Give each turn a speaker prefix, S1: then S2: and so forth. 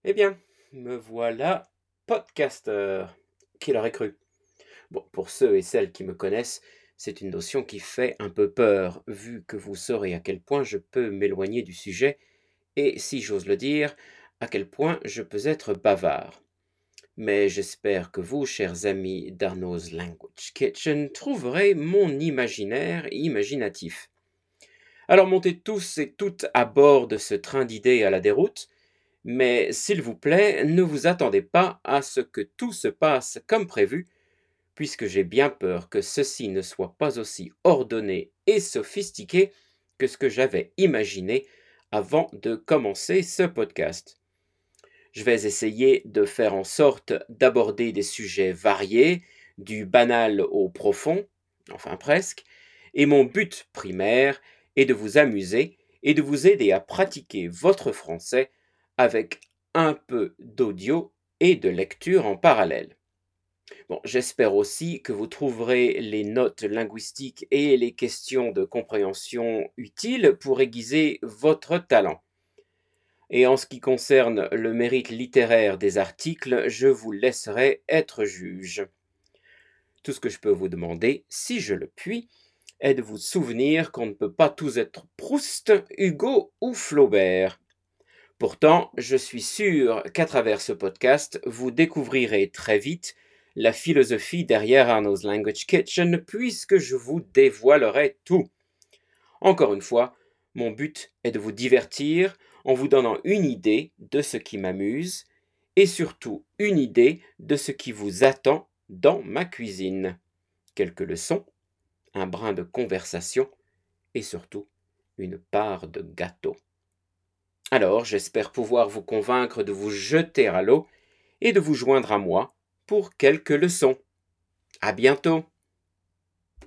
S1: Eh bien, me voilà podcasteur. Qui l'aurait cru? Bon, pour ceux et celles qui me connaissent, c'est une notion qui fait un peu peur, vu que vous saurez à quel point je peux m'éloigner du sujet et, si j'ose le dire, à quel point je peux être bavard. Mais j'espère que vous, chers amis d'Arnaud's Language Kitchen, trouverez mon imaginaire imaginatif. Alors montez tous et toutes à bord de ce train d'idées à la déroute, mais s'il vous plaît, ne vous attendez pas à ce que tout se passe comme prévu, puisque j'ai bien peur que ceci ne soit pas aussi ordonné et sophistiqué que ce que j'avais imaginé avant de commencer ce podcast. Je vais essayer de faire en sorte d'aborder des sujets variés, du banal au profond, enfin presque, et mon but primaire est de vous amuser et de vous aider à pratiquer votre français avec un peu d'audio et de lecture en parallèle. Bon, j'espère aussi que vous trouverez les notes linguistiques et les questions de compréhension utiles pour aiguiser votre talent. Et en ce qui concerne le mérite littéraire des articles, je vous laisserai être juge. Tout ce que je peux vous demander, si je le puis, est de vous souvenir qu'on ne peut pas tous être Proust, Hugo ou Flaubert. Pourtant, je suis sûr qu'à travers ce podcast, vous découvrirez très vite la philosophie derrière Arno's Language Kitchen, puisque je vous dévoilerai tout. Encore une fois, mon but est de vous divertir en vous donnant une idée de ce qui m'amuse et surtout une idée de ce qui vous attend dans ma cuisine. Quelques leçons, un brin de conversation et surtout une part de gâteau. Alors, j'espère pouvoir vous convaincre de vous jeter à l'eau et de vous joindre à moi pour quelques leçons. À bientôt!